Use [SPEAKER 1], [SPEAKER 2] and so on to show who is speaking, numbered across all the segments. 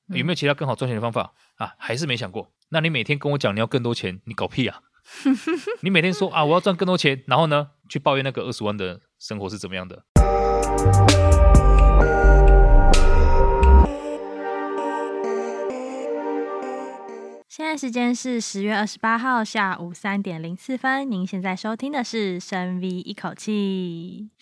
[SPEAKER 1] 有没有其他更好赚钱的方法啊？还是没想过。那你每天跟我讲你要更多钱，你搞屁啊！你每天说啊我要赚更多钱，然后呢去抱怨那个20万的生活是怎么样的。
[SPEAKER 2] 现在时间是10月28号下午3点04分，您现在收听的是深 V 一口气。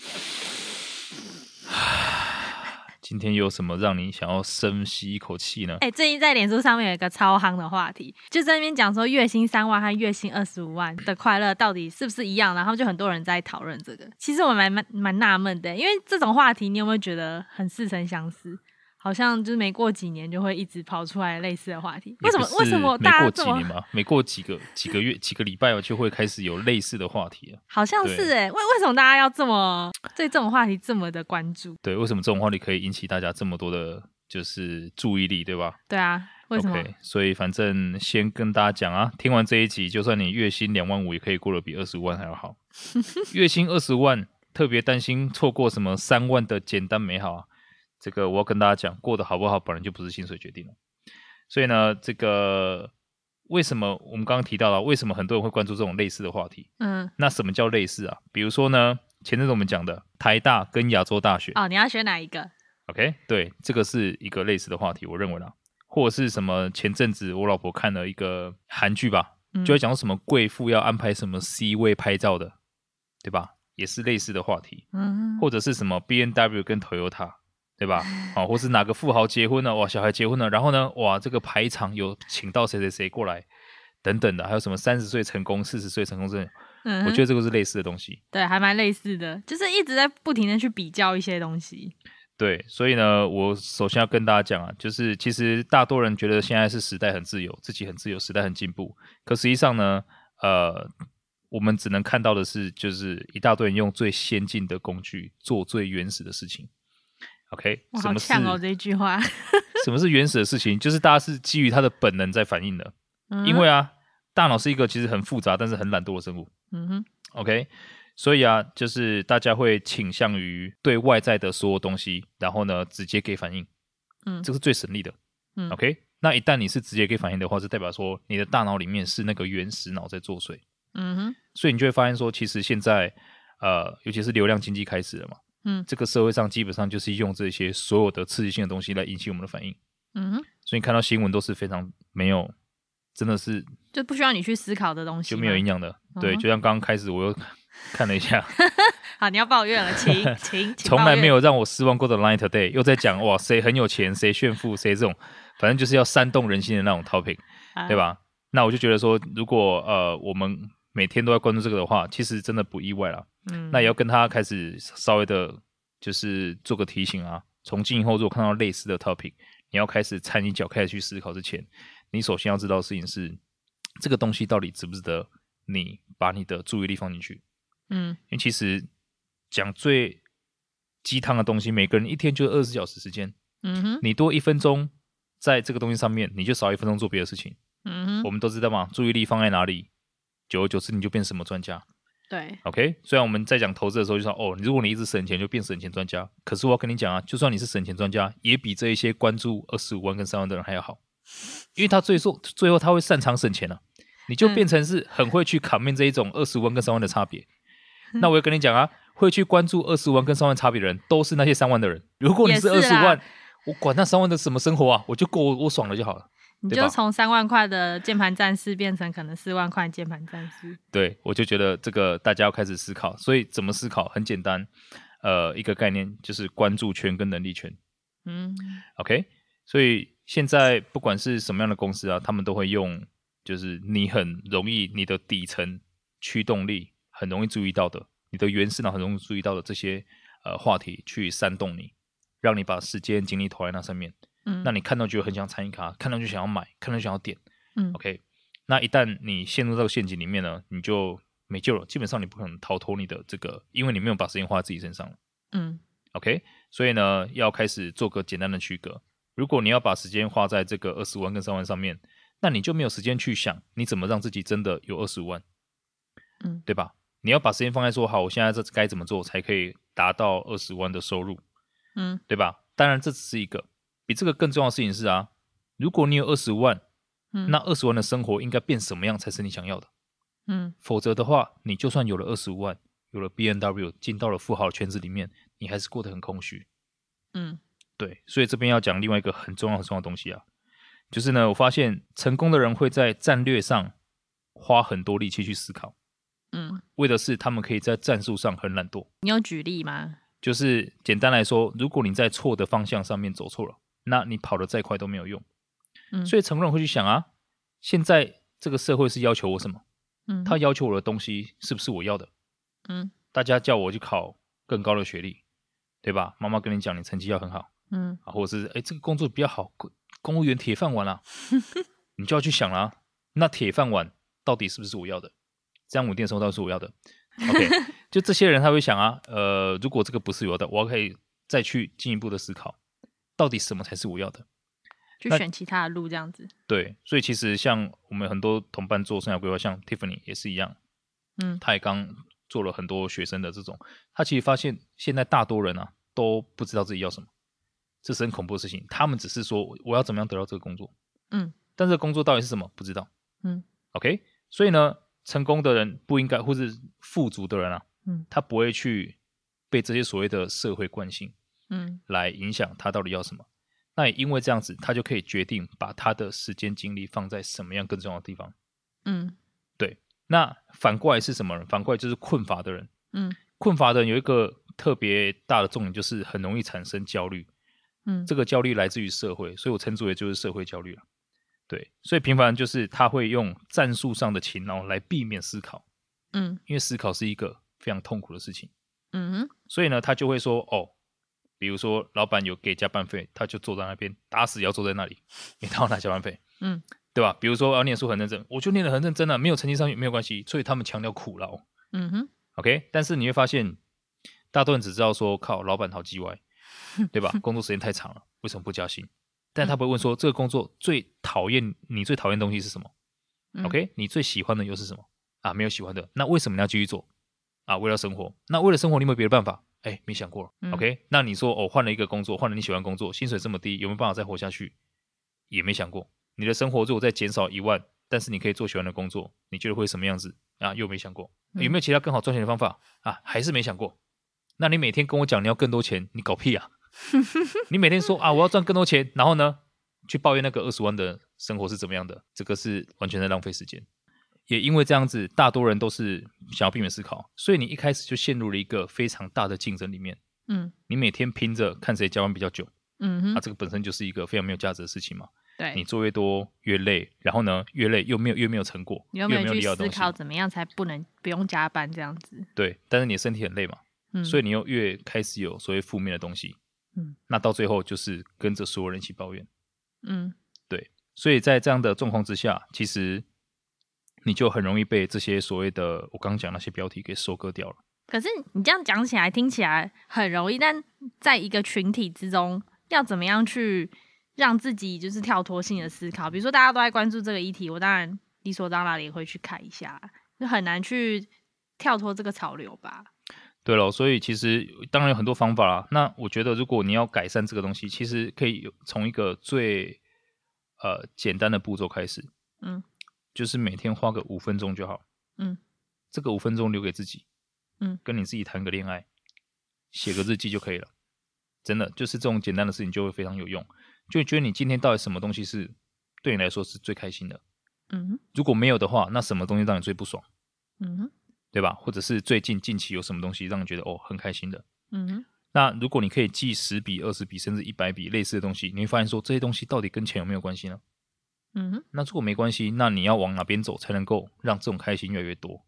[SPEAKER 1] 今天有什么让你想要深吸一口气呢？
[SPEAKER 2] 最近在脸书上面有一个超夯的话题，就在那边讲说月薪3万和月薪25万的快乐到底是不是一样，然后就很多人在讨论这个。其实我蛮纳闷的，因为这种话题你有没有觉得很似曾相识？好像就是没过几年就会一直跑出来类似的话题。为什么大家这么
[SPEAKER 1] 没过几年嘛？没过几个月几个礼拜就会开始有类似的话题了。
[SPEAKER 2] 好像是为什么大家要对这种话题这么的关注？
[SPEAKER 1] 对，为什么这种话题可以引起大家这么多的就是注意力，对吧？
[SPEAKER 2] 对啊，为什么
[SPEAKER 1] ？OK， 所以反正先跟大家讲啊，听完这一集，就算你月薪2万5，也可以过得比25万还要好。月薪25万，特别担心错过什么3万的简单美好啊。这个我要跟大家讲，过得好不好本来就不是薪水决定的。所以呢，这个为什么我们刚刚提到了，为什么很多人会关注这种类似的话题？那什么叫类似啊？比如说呢，前阵子我们讲的台大跟亚洲大学。
[SPEAKER 2] 你要选哪一个
[SPEAKER 1] ？OK， 对，这个是一个类似的话题，我认为啦。或者是什么前阵子我老婆看了一个韩剧吧，就会讲说什么贵妇要安排什么 C 位拍照的，对吧？也是类似的话题。或者是什么 BMW 跟 Toyota。对吧？或是哪个富豪结婚了，哇，小孩结婚了，然后呢，哇，这个排场有请到谁谁谁过来，等等的，还有什么30岁成功、40岁成功这种，我觉得这个是类似的东西。
[SPEAKER 2] 对，还蛮类似的，就是一直在不停的去比较一些东西。
[SPEAKER 1] 对，所以呢，我首先要跟大家讲啊，就是其实大多人觉得现在是时代很自由，自己很自由，时代很进步，可实际上呢，我们只能看到的是，就是一大堆人用最先进的工具做最原始的事情。OK，
[SPEAKER 2] 好呛哦这句话。
[SPEAKER 1] 什么是原始的事情？就是大家是基于他的本能在反应的。因为啊，大脑是一个其实很复杂但是很懒惰的生物。OK， 所以啊，就是大家会倾向于对外在的所有东西，然后呢直接给反应。这是最省力的。OK， 那一旦你是直接给反应的话，是代表说你的大脑里面是那个原始脑在作祟。所以你就会发现说，其实现在尤其是流量经济开始了嘛。这个社会上基本上就是用这些所有的刺激性的东西来引起我们的反应。所以你看到新闻都是非常没有，真的是
[SPEAKER 2] 就不需要你去思考的东西，
[SPEAKER 1] 就没有营养的。对，就像刚刚开始我又看了一下。
[SPEAKER 2] 好，你要抱怨了，请
[SPEAKER 1] 从来没有让我失望过的 Line Today 又在讲哇谁很有钱，谁炫富，谁这种，反正就是要煽动人心的那种 topic，对吧？那我就觉得说，如果我们每天都在关注这个的话，其实真的不意外啦。那也要跟他开始稍微的，就是做个提醒啊。从今以后，如果看到类似的 topic， 你要开始掺一脚，开始去思考之前，你首先要知道的事情是，这个东西到底值不值得你把你的注意力放进去。因为其实讲最鸡汤的东西，每个人一天就24小时时间。你多1分钟在这个东西上面，你就少1分钟做别的事情。我们都知道嘛，注意力放在哪里，久而久之你就变什么专家。
[SPEAKER 2] 对
[SPEAKER 1] ，OK， 虽然我们在讲投资的时候就说，如果你一直省钱就变省钱专家，可是我要跟你讲啊，就算你是省钱专家，也比这一些关注25万跟3万的人还要好，因为他最后他会擅长省钱啊，你就变成是很会去卡面这一种25万跟3万的差别。那我要跟你讲啊，会去关注25万跟3万差别的人，都是那些3万的人。如果你是25万，我管那3万的什么生活啊，我就够我爽了就好了。
[SPEAKER 2] 你就从3万块的键盘战士变成可能4万块键盘战士。
[SPEAKER 1] 对，我就觉得这个大家要开始思考。所以怎么思考？很简单，一个概念就是关注圈跟能力圈。OK， 所以现在不管是什么样的公司啊，他们都会用，就是你很容易你的底层驱动力很容易注意到的，你的原始脑很容易注意到的这些话题去煽动你，让你把时间精力投在那上面。那你看到就很想参与卡，看到就想要买，看到就想要点。OK， 那一旦你陷入这个陷阱里面呢，你就没救了，基本上你不可能逃脱你的这个，因为你没有把时间花在自己身上了。OK， 所以呢，要开始做个简单的区隔。如果你要把时间花在这个25万跟3万上面，那你就没有时间去想你怎么让自己真的有25万，对吧？你要把时间放在说好，我现在这该怎么做才可以达到20万的收入，对吧？当然这只是一个，比这个更重要的事情是啊， 如果你有25万，那25万的生活应该变什么样才是你想要的？否则的话，你就算有了25万，有了 BMW， 进到了富豪的圈子里面，你还是过得很空虚。对，所以这边要讲另外一个很重要的东西啊，就是呢，我发现成功的人会在战略上花很多力气去思考，为的是他们可以在战术上很懒惰。
[SPEAKER 2] 你有举例吗？
[SPEAKER 1] 就是简单来说，如果你在错的方向上面走错了，那你跑得再快都没有用。所以成功人会去想啊，现在这个社会是要求我什么？他要求我的东西是不是我要的？大家叫我去考更高的学历，对吧？妈妈跟你讲，你成绩要很好，或者是这个工作比较好，公务员铁饭碗啊，你就要去想啦，那铁饭碗到底是不是我要的？这样稳定的生活到底是我要的 ？OK， 就这些人他会想啊，如果这个不是我的，我可以再去进一步的思考，到底什么才是我要的？
[SPEAKER 2] 去选其他的路，这样子。
[SPEAKER 1] 对，所以其实像我们很多同伴做生涯规划，像 Tiffany 也是一样，他也刚做了很多学生的这种，他其实发现现在大多人啊都不知道自己要什么，这是很恐怖的事情。他们只是说我要怎么样得到这个工作，但这个工作到底是什么不知道，OK， 所以呢，成功的人不应该，或是富足的人啊，他不会去被这些所谓的社会惯性，来影响他到底要什么。那也因为这样子，他就可以决定把他的时间精力放在什么样更重要的地方。对。那反过来是什么人？反过来就是困乏的人。困乏的人有一个特别大的重点，就是很容易产生焦虑。这个焦虑来自于社会，所以我称之为就是社会焦虑了。对，所以平凡人就是他会用战术上的勤劳来避免思考。因为思考是一个非常痛苦的事情。所以呢，他就会说比如说老板有给加班费，他就坐在那边，打死也要坐在那里，因为他要拿加班费，对吧？比如说要念书很认真，我就念得很认真啊，没有成绩上去没有关系，所以他们强调苦劳，OK， 但是你会发现，大多人只知道说靠老板好鸡歪，对吧？工作时间太长了，为什么不加薪？但他不会问说这个工作最讨厌的东西是什么？OK， 你最喜欢的又是什么？啊，没有喜欢的，那为什么你要继续做？啊，为了生活，那为了生活你有没有别的办法？没想过了，OK， 那你说换了一个工作，换了你喜欢工作，薪水这么低，有没有办法再活下去？也没想过。你的生活如果再减少1万，但是你可以做喜欢的工作，你觉得会什么样子啊？又没想过。有没有其他更好赚钱的方法啊？还是没想过。那你每天跟我讲你要更多钱，你搞屁啊！你每天说啊我要赚更多钱，然后呢去抱怨那个20万的生活是怎么样的，这个是完全在浪费时间。也因为这样子，大多人都是想要避免思考，所以你一开始就陷入了一个非常大的竞争里面。你每天拼着看谁加班比较久，这个本身就是一个非常没有价值的事情嘛。
[SPEAKER 2] 对，
[SPEAKER 1] 你做越多越累，然后呢越累越没有成果，
[SPEAKER 2] 你有没有去思考怎么样才不用加班这样子？
[SPEAKER 1] 对，但是你的身体很累嘛，所以你又越开始有所谓负面的东西，那到最后就是跟着所有人一起抱怨。对，所以在这样的状况之下，其实你就很容易被这些所谓的我刚刚讲那些标题给收割掉了。
[SPEAKER 2] 可是你这样讲起来听起来很容易，但在一个群体之中要怎么样去让自己就是跳脱性的思考？比如说大家都在关注这个议题，我当然理所当然也会去看一下，就很难去跳脱这个潮流吧。
[SPEAKER 1] 对了，所以其实当然有很多方法啦。那我觉得如果你要改善这个东西，其实可以从一个最简单的步骤开始，就是每天花个5分钟就好，这个5分钟留给自己，跟你自己谈个恋爱，写个日记就可以了。真的就是这种简单的事情就会非常有用，就觉得你今天到底什么东西是对你来说是最开心的，如果没有的话，那什么东西让你最不爽，对吧？或者是近期有什么东西让你觉得很开心的，那如果你可以记10笔、20笔甚至100笔类似的东西，你会发现说这些东西到底跟钱有没有关系呢？那如果没关系，那你要往哪边走才能够让这种开心越来越多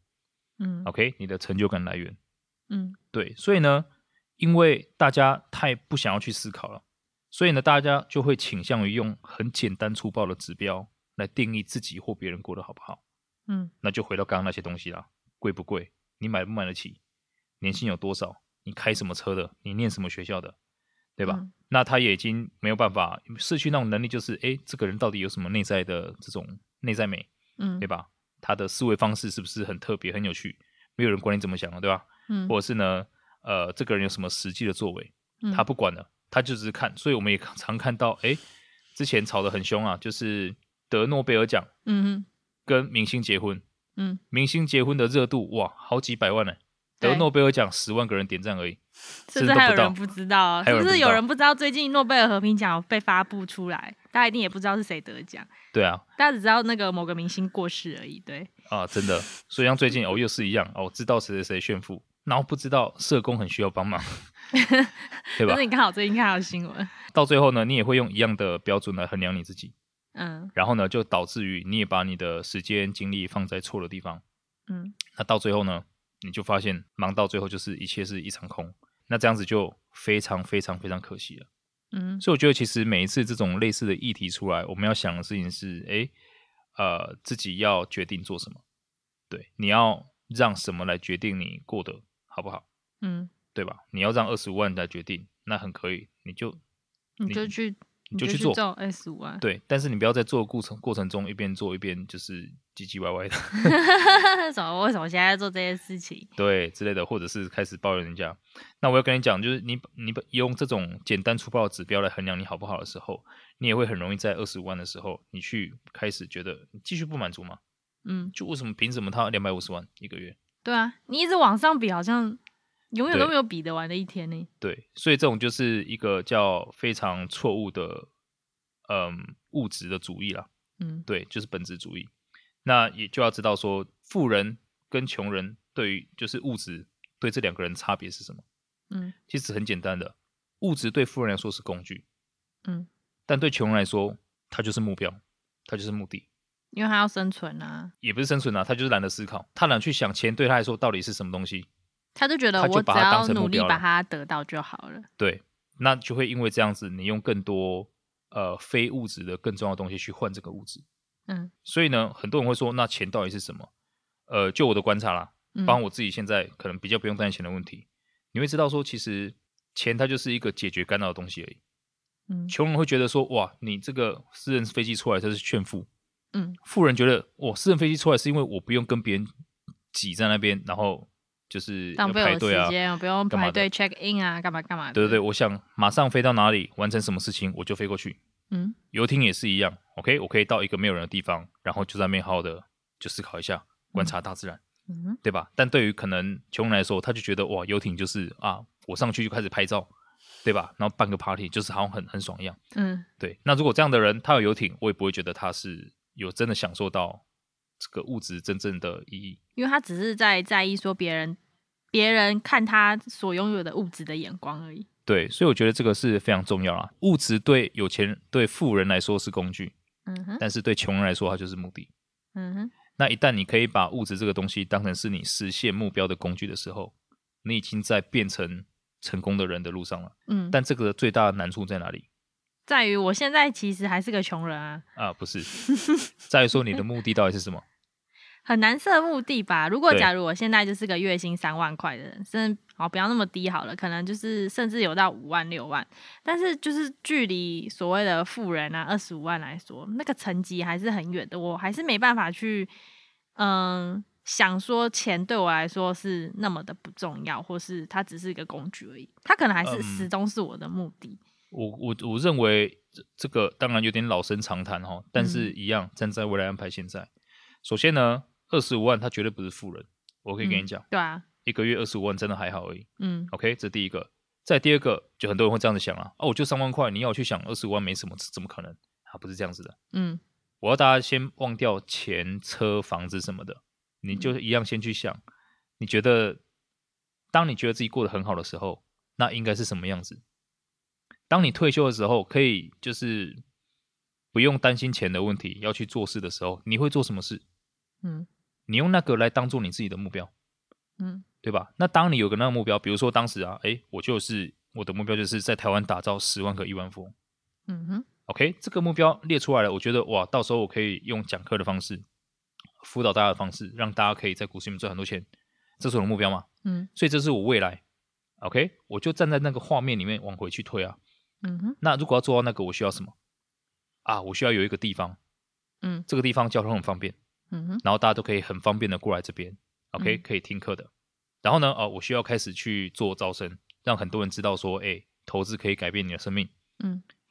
[SPEAKER 1] ？OK， 你的成就感来源，对，所以呢，因为大家太不想要去思考了，所以呢，大家就会倾向于用很简单粗暴的指标来定义自己或别人过得好不好。那就回到刚刚那些东西啦，贵不贵？你买不买得起？年薪有多少？你开什么车的？你念什么学校的？对吧？那他也已经没有办法失去那种能力，就是这个人到底有什么内在的这种内在美，对吧？他的思维方式是不是很特别、很有趣？没有人管你怎么想了，对吧？或者是呢，这个人有什么实际的作为，他不管了，他就只是看。所以我们也常看到， 之前吵得很凶啊，就是得诺贝尔奖，跟明星结婚，明星结婚的热度哇，好几百万呢，得诺贝尔奖10万个人点赞而已，
[SPEAKER 2] 是不是还有人不知道啊？是不是有人不知道最近诺贝尔和平奖被发布出来？大家一定也不知道是谁得奖。
[SPEAKER 1] 对啊，
[SPEAKER 2] 大家只知道那个某个明星过世而已。对
[SPEAKER 1] 啊，真的。所以像最近又是一样哦，知道谁谁谁炫富，然后不知道社工很需要帮忙，对吧？
[SPEAKER 2] 可是你刚好最近看到新闻，
[SPEAKER 1] 到最后呢，你也会用一样的标准来衡量你自己，然后呢，就导致于你也把你的时间精力放在错的地方，那到最后呢，你就发现忙到最后就是一切是一场空，那这样子就非常非常非常可惜了。所以我觉得其实每一次这种类似的议题出来，我们要想的事情是，自己要决定做什么，对，你要让什么来决定你过得好不好，对吧？你要让25万来决定，那很可以，你就去做
[SPEAKER 2] 25万，
[SPEAKER 1] 对，但是你不要在做的过程中一边做一边就是唧唧歪歪的，
[SPEAKER 2] 为什么现在做这些事情？
[SPEAKER 1] 对之类的，或者是开始抱怨人家。那我要跟你讲，就是你用这种简单粗暴的指标来衡量你好不好的时候，你也会很容易在25万的时候，你去开始觉得你继续不满足嘛。就为什么凭什么他250万一个月？
[SPEAKER 2] 对啊，你一直往上比，好像永远都没有比得完的一天呢。
[SPEAKER 1] 对，所以这种就是一个叫非常错误的物质的主义啦。对，就是本质主义。那也就要知道说，富人跟穷人对于就是物质对这两个人差别是什么？其实很简单的，物质对富人来说是工具，但对穷人来说，它就是目标，它就是目的。
[SPEAKER 2] 因为他要生存啊，
[SPEAKER 1] 也不是生存啊，他就是懒得思考，他懒得去想钱对他来说到底是什么东西，
[SPEAKER 2] 他就觉得我只要努力把它得到就好了。
[SPEAKER 1] 对，那就会因为这样子，你用更多非物质的更重要的东西去换这个物质。所以呢，很多人会说，那钱到底是什么？就我的观察啦，包括我自己现在可能比较不用担心钱的问题，你会知道说，其实钱它就是一个解决干扰的东西而已。穷人会觉得说，哇，你这个私人飞机出来，它是炫富。富人觉得私人飞机出来是因为我不用跟别人挤在那边，然后就是
[SPEAKER 2] 浪费我
[SPEAKER 1] 排队啊，
[SPEAKER 2] 时间，我不用排队 check in 啊，干嘛干嘛的。
[SPEAKER 1] 对对对，我想马上飞到哪里，完成什么事情，我就飞过去。游艇也是一样 ，OK， 我可以到一个没有人的地方，然后就在那边好好的就思考一下，观察大自然，对吧？但对于可能穷人来说，他就觉得哇，游艇就是我上去就开始拍照，对吧？然后办个 party，就是好像很爽一样。对。那如果这样的人他有游艇，我也不会觉得他是有真的享受到这个物质真正的意义，
[SPEAKER 2] 因为他只是在意说别人看他所拥有的物质的眼光而已。
[SPEAKER 1] 对，所以我觉得这个是非常重要啦。物质对有钱人、对富人来说是工具，但是对穷人来说它就是目的。那一旦你可以把物质这个东西当成是你实现目标的工具的时候，你已经在变成成功的人的路上了。但这个最大的难处在哪里？
[SPEAKER 2] 在于我现在其实还是个穷人啊。
[SPEAKER 1] 不是，在于说你的目的到底是什么？
[SPEAKER 2] 很难设目的吧？如果假如我现在就是个月薪3万块的人，甚至不要那么低好了，可能就是甚至有到5万6万，但是就是距离所谓的富人啊25万来说，那个层级还是很远的，我还是没办法去想说钱对我来说是那么的不重要，或是它只是一个工具而已，它可能还是始终是我的目的。
[SPEAKER 1] 我认为这个当然有点老生常谈齁，但是一样站在未来安排现在。首先呢，25万他绝对不是富人，我可以跟你讲，
[SPEAKER 2] 对啊，
[SPEAKER 1] 一个月25万真的还好而已。OK， 这是第一个。再第二个，就很多人会这样子想啦，我就3万块，你要我去想25万没什么，怎么可能？不是这样子的。我要大家先忘掉钱、车、房子什么的，你就一样先去想，你觉得当你觉得自己过得很好的时候，那应该是什么样子？当你退休的时候，可以就是不用担心钱的问题，要去做事的时候，你会做什么事？你用那个来当做你自己的目标，对吧？那当你有个那个目标，比如说当时我的目标就是在台湾打造10万个亿万富翁。OK， 这个目标列出来了，我觉得哇，到时候我可以用讲课的方式，辅导大家的方式，让大家可以在股市里面赚很多钱，这是我的目标嘛？所以这是我未来。OK， 我就站在那个画面里面往回去推啊。那如果要做到那个，我需要什么？我需要有一个地方，这个地方交通很方便，然后大家都可以很方便的过来这边 ，OK，可以听课的。然后呢，我需要开始去做招生，让很多人知道说，投资可以改变你的生命。好，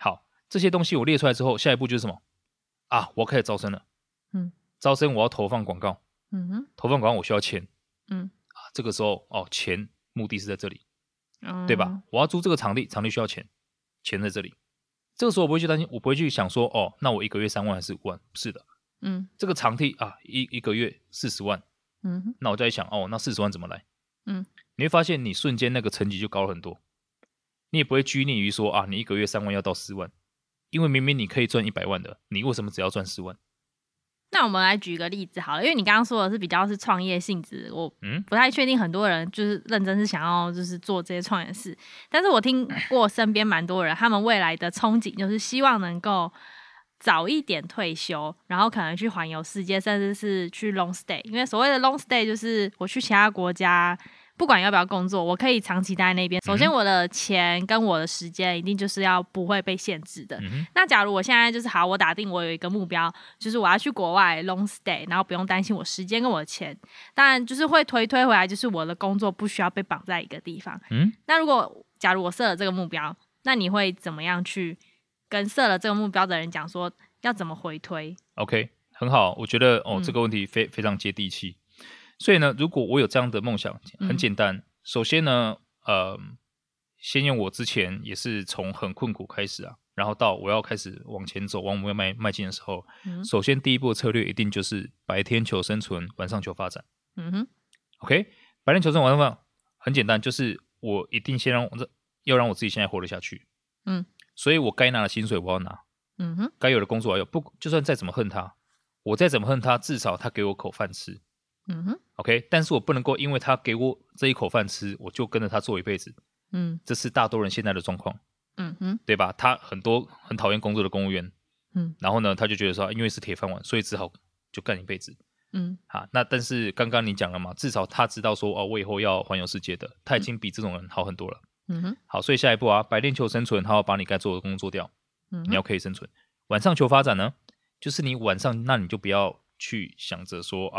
[SPEAKER 1] 这些东西我列出来之后，下一步就是什么啊？我要开始招生了。招生我要投放广告。投放广告我需要钱。这个时候钱目的是在这里，对吧？我要租这个场地，场地需要钱，钱在这里。这个时候我不会去担心，我不会去想说那我一个月3万还是5万？不是的。这个场地啊，一个月40万。那我就在想那40万怎么来？你会发现你瞬间那个层级就高了很多。你也不会拘泥于说你一个月3万要到4万，因为明明你可以赚100万的，你为什么只要赚4万？
[SPEAKER 2] 那我们来举个例子好了，因为你刚刚说的是比较是创业性质，我不太确定很多人就是认真是想要就是做这些创业事，但是我听过身边蛮多人，他们未来的憧憬就是希望能够早一点退休，然后可能去环游世界，甚至是去 long stay。因为所谓的 long stay 就是我去其他国家，不管要不要工作，我可以长期待在那边。首先，我的钱跟我的时间一定就是要不会被限制的。那假如我现在就是好，我打定我有一个目标，就是我要去国外 long stay， 然后不用担心我时间跟我的钱。当然，就是会推回来，就是我的工作不需要被绑在一个地方。那假如我设了这个目标，那你会怎么样去跟设了这个目标的人讲说要怎么回推
[SPEAKER 1] ？OK， 很好，我觉得这个问题非常接地气。所以呢，如果我有这样的梦想，很简单。首先呢，先用我之前也是从很困苦开始然后到我要开始往前走，往目标迈进的时候，首先第一步的策略一定就是白天求生存，晚上求发展。OK， 白天求生，晚上发展很简单，就是我一定先要让我自己现在活得下去。所以我该拿的薪水我要拿。该有的工作我要有，就算再怎么恨他，我再怎么恨他，至少他给我口饭吃。OK， 但是我不能够因为他给我这一口饭吃，我就跟着他做一辈子。这是大多人现在的状况。对吧？他很多很讨厌工作的公务员。然后呢，他就觉得说，因为是铁饭碗，所以只好就干一辈子。那但是刚刚你讲了嘛，至少他知道说，我以后要环游世界的，他已经比这种人好很多了。好，所以下一步白天求生存，他要把你该做的工作做掉。你要可以生存。晚上求发展呢，就是你晚上，那你就不要去想着说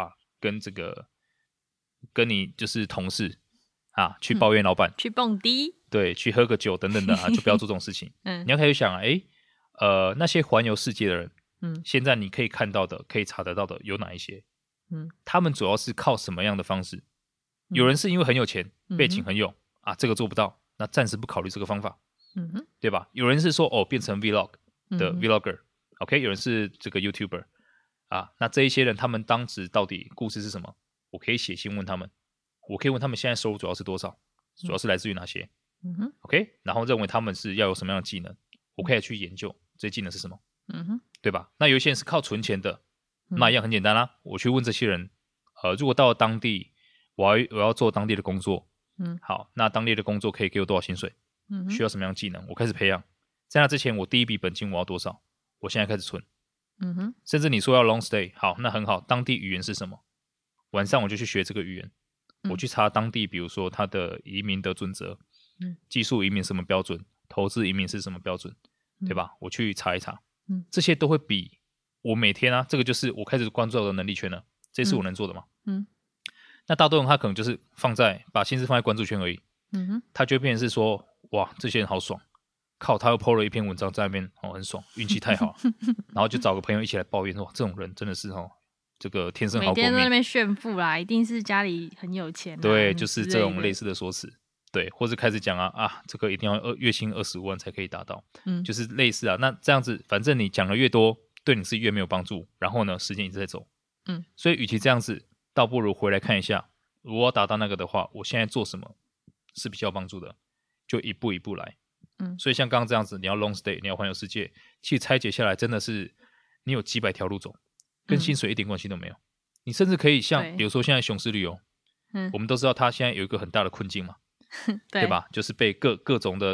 [SPEAKER 1] 跟你就是同事去抱怨老板，
[SPEAKER 2] 去蹦迪，
[SPEAKER 1] 对，去喝个酒等等的就不要做这种事情。你要开始想那些环游世界的人，现在你可以看到的、可以查得到的有哪一些？他们主要是靠什么样的方式？有人是因为很有钱，背景很有这个做不到，那暂时不考虑这个方法。对吧？有人是说变成 vlog 的 vlogger，OK，有人是这个 YouTuber 那这一些人他们当时到底故事是什么？我可以写信问他们，我可以问他们现在收入主要是多少，主要是来自于哪些？OK， 然后认为他们是要有什么样的技能，我可以去研究这些技能是什么，对吧？那有一些人是靠存钱的，那一样很简单啦，我去问这些人，如果到了当地，我要做当地的工作，好，那当地的工作可以给我多少薪水？需要什么样的技能？我开始培养。在那之前，我第一笔本金我要多少？我现在开始存。甚至你说要 long stay， 好，那很好。当地语言是什么？晚上我就去学这个语言。我去查当地，比如说他的移民的准则，技术移民什么标准，投资移民是什么标准，对吧？我去查一查。这些都会比我每天这个就是我开始关注到的能力圈了。这是我能做的嘛？那大多人他可能就是把心思放在关注圈而已。他就会变成是说，哇，这些人好爽，靠，他又 po 了一篇文章在那边很爽，运气太好了，然后就找个朋友一起来抱怨说，这种人真的是这个天生好狗命，
[SPEAKER 2] 每天在那边炫富啦，一定是家里很有钱
[SPEAKER 1] 对，就是这种类似的说辞，对，或是开始讲这个一定要月薪25万才可以达到，就是类似那这样子，反正你讲的越多，对你是越没有帮助，然后呢，时间一直在走，所以与其这样子，倒不如回来看一下，如果要达到那个的话，我现在做什么是比较有帮助的，就一步一步来。所以像刚刚这样子，你要 long stay， 你要环游世界，其实拆解下来真的是你有几百条路走，跟薪水一点关系都没有。你甚至可以像比如说现在雄狮旅游，我们都知道它现在有一个很大的困境嘛，对吧？就是被各种的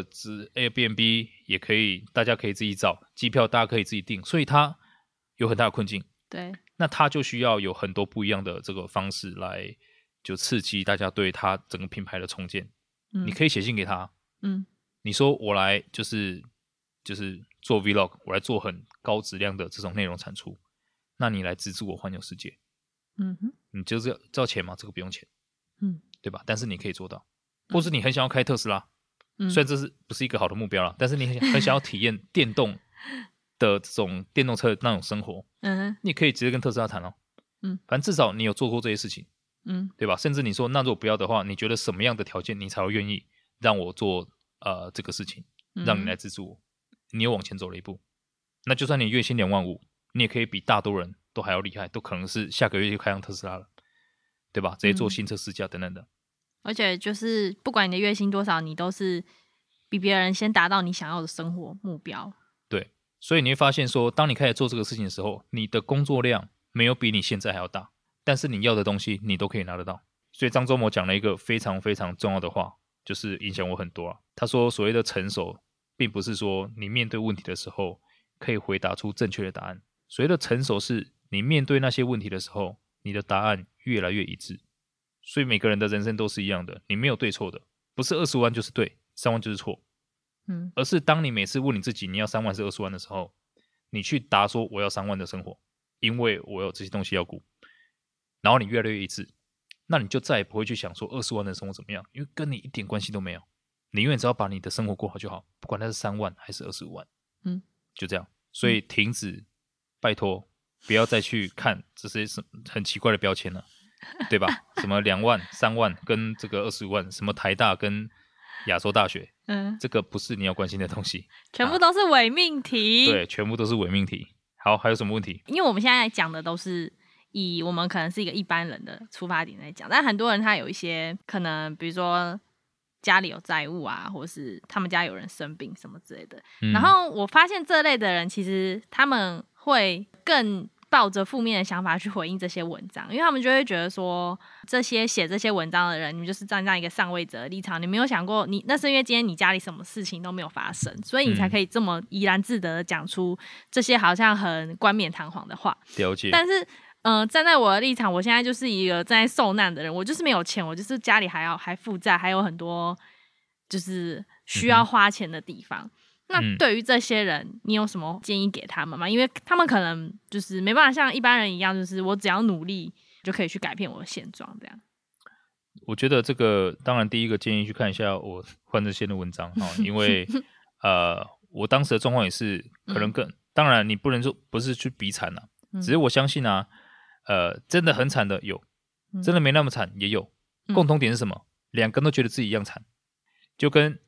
[SPEAKER 1] Airbnb 也可以，大家可以自己找机票，大家可以自己订，所以它有很大的困境。
[SPEAKER 2] 对，
[SPEAKER 1] 那它就需要有很多不一样的这个方式来就刺激大家对它整个品牌的重建。你可以写信给他，你说我来就是做 vlog， 我来做很高质量的这种内容产出，那你来资助我环游世界，你就是要钱吗？这个不用钱，对吧？但是你可以做到，或是你很想要开特斯拉，虽然这是不是一个好的目标啦，但是你很想要体验电动的这种电动车那种生活，你也可以直接跟特斯拉谈哦。反正至少你有做过这些事情，对吧？甚至你说，那如果不要的话，你觉得什么样的条件你才会愿意让我做这个事情，让你来资助我？你又往前走了一步，那就算你月薪25000，你也可以比大多人都还要厉害，都可能是下个月就开上特斯拉了，对吧？直接做新车试驾等等的。
[SPEAKER 2] 而且就是不管你的月薪多少，你都是比别人先达到你想要的生活目标。
[SPEAKER 1] 对，所以你会发现说，当你开始做这个事情的时候，你的工作量没有比你现在还要大，但是你要的东西你都可以拿得到。所以张忠谋讲了一个非常非常重要的话，就是影响我很多啊。他说所谓的成熟，并不是说你面对问题的时候可以回答出正确的答案，所谓的成熟是你面对那些问题的时候，你的答案越来越一致。所以每个人的人生都是一样的，你没有对错的，不是20万就是对，3万就是错。而是当你每次问你自己你要3万是20万的时候，你去答说我要3万的生活，因为我有这些东西要顾，然后你越来越一致，那你就再也不会去想说20万的生活怎么样，因为跟你一点关系都没有，你永远只要把你的生活过好就好，不管它是3万还是25万，就这样。所以停止，拜托不要再去看这些很奇怪的标签了，对吧？什么2万、3万跟这个25万，什么台大跟亚洲大学，这个不是你要关心的东西，
[SPEAKER 2] 全部都是伪命题。
[SPEAKER 1] 对，全部都是伪命题。好，还有什么问题？
[SPEAKER 2] 因为我们现在讲的都是以我们可能是一个一般人的出发点来讲，但很多人他有一些可能，比如说家里有债务啊，或是他们家有人生病什么之类的。然后我发现这类的人，其实他们会更抱着负面的想法去回应这些文章，因为他们就会觉得说，这些写这些文章的人，你们就是站在一个上位者的立场，你没有想过那是因为今天你家里什么事情都没有发生，所以你才可以这么怡然自得的讲出这些好像很冠冕堂皇的话。
[SPEAKER 1] 了解。
[SPEAKER 2] 但是站在我的立场，我现在就是一个正在受难的人，我就是没有钱，我就是家里还负债，还有很多就是需要花钱的地方。那对于这些人，你有什么建议给他们吗？因为他们可能就是没办法像一般人一样，就是我只要努力就可以去改变我的现状这样。
[SPEAKER 1] 我觉得这个当然第一个建议去看一下我换这些的文章因为我当时的状况也是可能当然你不能说不是去比惨啊，只是我相信啊，真的很惨的有，真的没那么惨也有，共同点是什么？两个人都觉得自己一样惨，就跟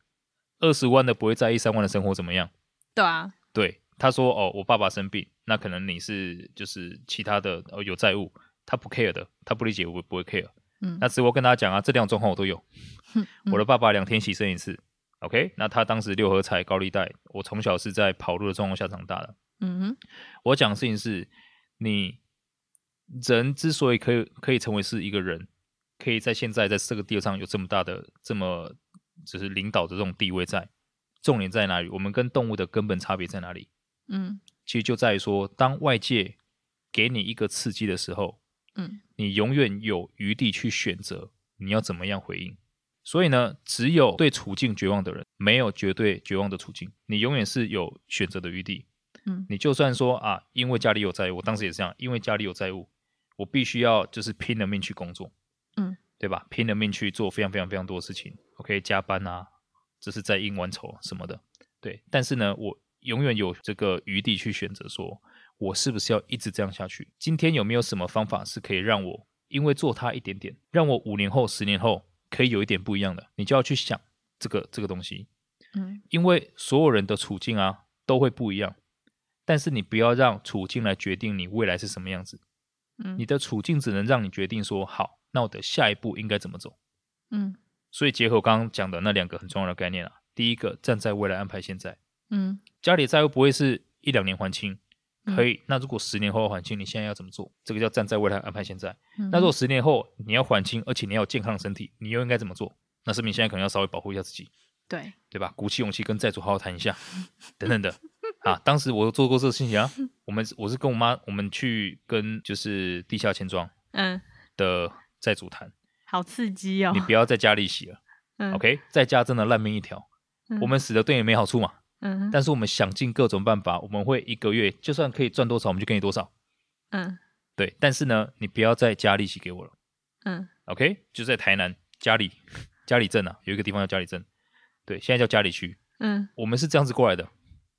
[SPEAKER 1] 20万的不会在意3万的生活怎么样？
[SPEAKER 2] 对啊，
[SPEAKER 1] 对，他说我爸爸生病，那可能你是就是其他的有债务，他不 care 的，他不理解我不会 care。那只是我跟大家讲啊，这两种状况我都有。我的爸爸2天洗肾一次 ，OK？ 那他当时6合彩高利贷，我从小是在跑路的状况下长大的。我讲的事情是，你人之所以可以成为是一个人，可以在现在在这个地球上有这么大的就是领导的这种地位在，重点在哪里？我们跟动物的根本差别在哪里？其实就在于说，当外界给你一个刺激的时候，你永远有余地去选择你要怎么样回应。所以呢，只有对处境绝望的人，没有绝对绝望的处境，你永远是有选择的余地。你就算说啊，因为家里有债务，我当时也是这样，因为家里有债务，我必须要就是拼了命去工作，对吧？拼了命去做非常非常非常多的事情 ，OK， 加班啊，这是在应完酬什么的，对。但是呢，我永远有这个余地去选择说，我是不是要一直这样下去？今天有没有什么方法是可以让我因为做它一点点，让我5年后、10年后可以有一点不一样的？你就要去想这个东西，因为所有人的处境啊都会不一样，但是你不要让处境来决定你未来是什么样子。你的处境只能让你决定说，好，那我的下一步应该怎么走？所以结合我刚刚讲的那2个很重要的概念啊，第一个站在未来安排现在，家里的债务不会是1-2年还清，可以。那如果10年后还清，你现在要怎么做？这个叫站在未来安排现在。那如果10年后你要还清，而且你要有健康的身体，你又应该怎么做？那说明你现在可能要稍微保护一下自己，对吧？鼓起勇气跟债主好好谈一下，等等的。当时我有做过这个事情啊，我是跟我妈，我们去跟就是地下钱庄的债主谈，
[SPEAKER 2] 好刺激哦！
[SPEAKER 1] 你不要再加利息了，OK？ 在家真的烂命一条，我们死的对你没好处嘛，但是我们想尽各种办法，我们会1个月就算可以赚多少，我们就给你多少，对。但是呢，你不要再加利息给我了，OK？ 就在台南嘉里镇啊，有一个地方叫嘉里镇，对，现在叫嘉里区，我们是这样子过来的。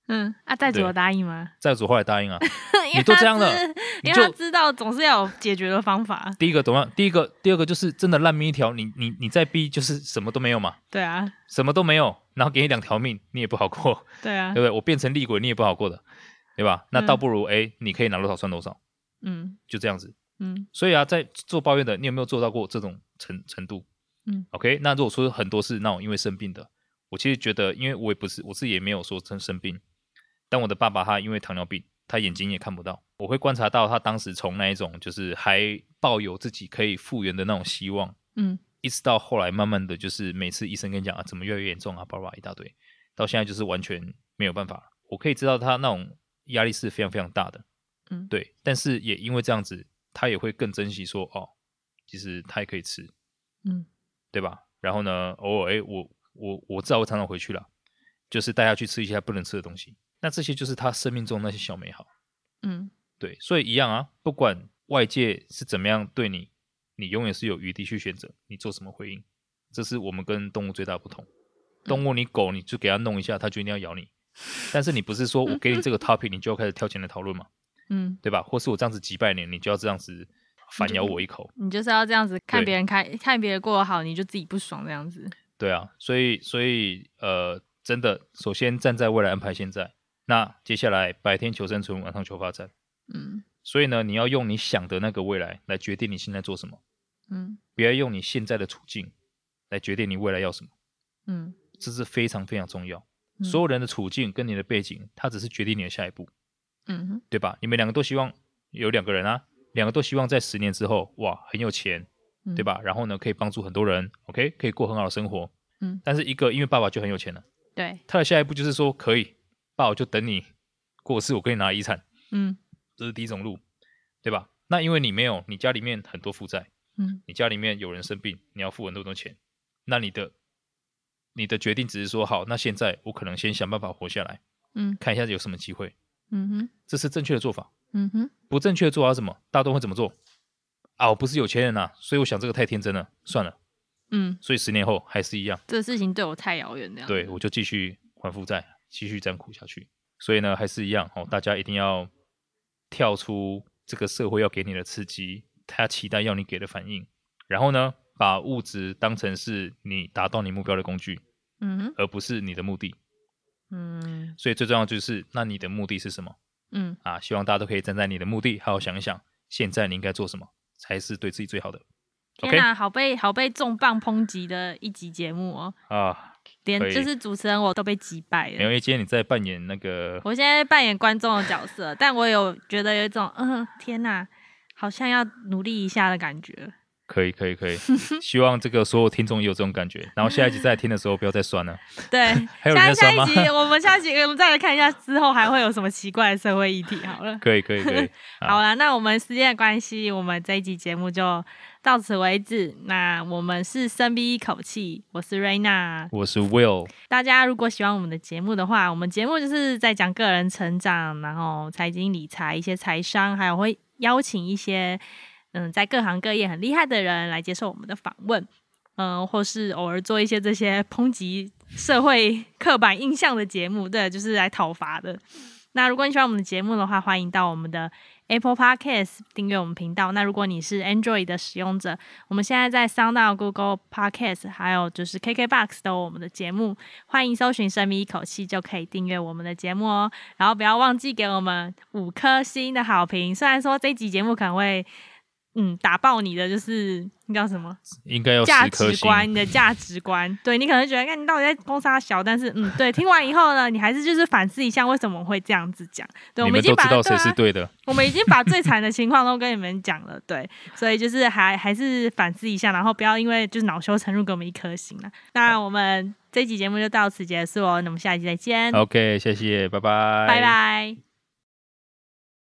[SPEAKER 2] 债主有答应吗？
[SPEAKER 1] 债主后来答应啊，你都这样了，
[SPEAKER 2] 因为他知道总是要有解决的方法。
[SPEAKER 1] 第一个怎么样？第二个就是真的烂命一条，你再逼就是什么都没有嘛。
[SPEAKER 2] 对啊，
[SPEAKER 1] 什么都没有，然后给你2条命，你也不好过。
[SPEAKER 2] 对啊，
[SPEAKER 1] 对不对？我变成厉鬼，你也不好过的，对吧？那倒不如你可以拿多少算多少，就这样子。所以啊，在做抱怨的，你有没有做到过这种程度？OK， 那如果说很多是那种因为生病的，我其实觉得，因为我自己也没有说真生病，但我的爸爸他因为糖尿病，他眼睛也看不到，我会观察到他当时从那一种就是还抱有自己可以复原的那种希望，一直到后来慢慢的就是每次医生跟你讲啊，怎么越来越严重啊，巴拉一大堆，到现在就是完全没有办法。我可以知道他那种压力是非常非常大的，对，但是也因为这样子，他也会更珍惜说其实他也可以吃，对吧？然后呢，偶尔我至少会常常回去了，就是带他去吃一些他不能吃的东西。那这些就是他生命中那些小美好。对，所以一样啊，不管外界是怎么样对你，你永远是有余地去选择你做什么回应。这是我们跟动物最大的不同。动物你狗你就给它弄一下，它就一定要咬你。但是你不是说我给你这个 topic 你就要开始跳前来讨论嘛？对吧？或是我这样子几百年，你就要这样子反咬我一口。
[SPEAKER 2] 你就是要这样子看别人看别人过得好，你就自己不爽这样子。
[SPEAKER 1] 对啊，所以真的，首先站在未来安排现在，那接下来白天求生存，晚上求发展。所以呢，你要用你想的那个未来来决定你现在做什么。不要用你现在的处境来决定你未来要什么。这是非常非常重要。所有人的处境跟你的背景，它只是决定你的下一步。对吧？你们两个都希望有2个人啊，2个都希望在10年之后，哇，很有钱，对吧？然后呢，可以帮助很多人 ，OK， 可以过很好的生活。但是一个因为爸爸就很有钱了，
[SPEAKER 2] 对，
[SPEAKER 1] 他的下一步就是说，可以，爸爸就等你过世，我给你拿遗产。这是第一种路，对吧？那因为你没有，你家里面很多负债，你家里面有人生病，你要付很多钱，那你的决定只是说，好，那现在我可能先想办法活下来，看一下有什么机会。这是正确的做法。不正确的做法是什么？大众会怎么做？我不是有钱人啊，所以我想这个太天真了，算了。所以10年后还是一样，
[SPEAKER 2] 这个事情对我太遥远了。
[SPEAKER 1] 对，我就继续还负债，继续这样苦下去。所以呢，还是一样大家一定要跳出这个社会要给你的刺激，他期待要你给的反应，然后呢，把物质当成是你达到你目标的工具，而不是你的目的。所以最重要就是那你的目的是什么？希望大家都可以站在你的目的好好想一想，现在你应该做什么才是对自己最好的。
[SPEAKER 2] 天哪，好被重磅抨击的一集节目哦！连就是主持人我都被击败了。
[SPEAKER 1] 没有，因为今天你在扮演那个，
[SPEAKER 2] 我现在扮演观众的角色，但我有觉得有一种天哪，好像要努力一下的感觉。
[SPEAKER 1] 可以，希望这个所有听众也有这种感觉，然后下一集再听的时候不要再酸了。
[SPEAKER 2] 对，
[SPEAKER 1] 还有人在酸吗？
[SPEAKER 2] 下一集我们再来看一下之后还会有什么奇怪的社会议题好了。
[SPEAKER 1] 可以。
[SPEAKER 2] 好啦，那我们时间的关系，我们这一集节目就到此为止。那我们是深逼一口气，我是 Raina，
[SPEAKER 1] 我是 Will。
[SPEAKER 2] 大家如果喜欢我们的节目的话，我们节目就是在讲个人成长，然后财经理财、一些财商，还有会邀请一些在各行各业很厉害的人来接受我们的访问，或是偶尔做一些这些抨击社会刻板印象的节目，对，就是来讨伐的。那如果你喜欢我们的节目的话，欢迎到我们的 Apple Podcast 订阅我们频道。那如果你是 Android 的使用者，我们现在在 SoundOn、Google Podcast 还有就是 KKBOX 都有我们的节目，欢迎搜寻深眯一口气就可以订阅我们的节目哦。然后不要忘记给我们5颗星的好评，虽然说这一集节目可能会打爆你的就是那叫什么？
[SPEAKER 1] 应该要
[SPEAKER 2] 价
[SPEAKER 1] 10颗星。
[SPEAKER 2] 值观，你的价值观，对你可能觉得，看你到底在攻杀小，但是对，听完以后呢，你还是就是反思一下为什么会这样子讲。对，我们已经把
[SPEAKER 1] 你们都知道谁是对的，
[SPEAKER 2] 我们已经把最惨的情况都跟你们讲了，对，所以就是还是反思一下，然后不要因为就是恼羞成怒给我们1颗星了。那我们这一集节目就到此结束哦，那我们下一集再见。
[SPEAKER 1] OK， 谢谢，拜拜，
[SPEAKER 2] 拜拜。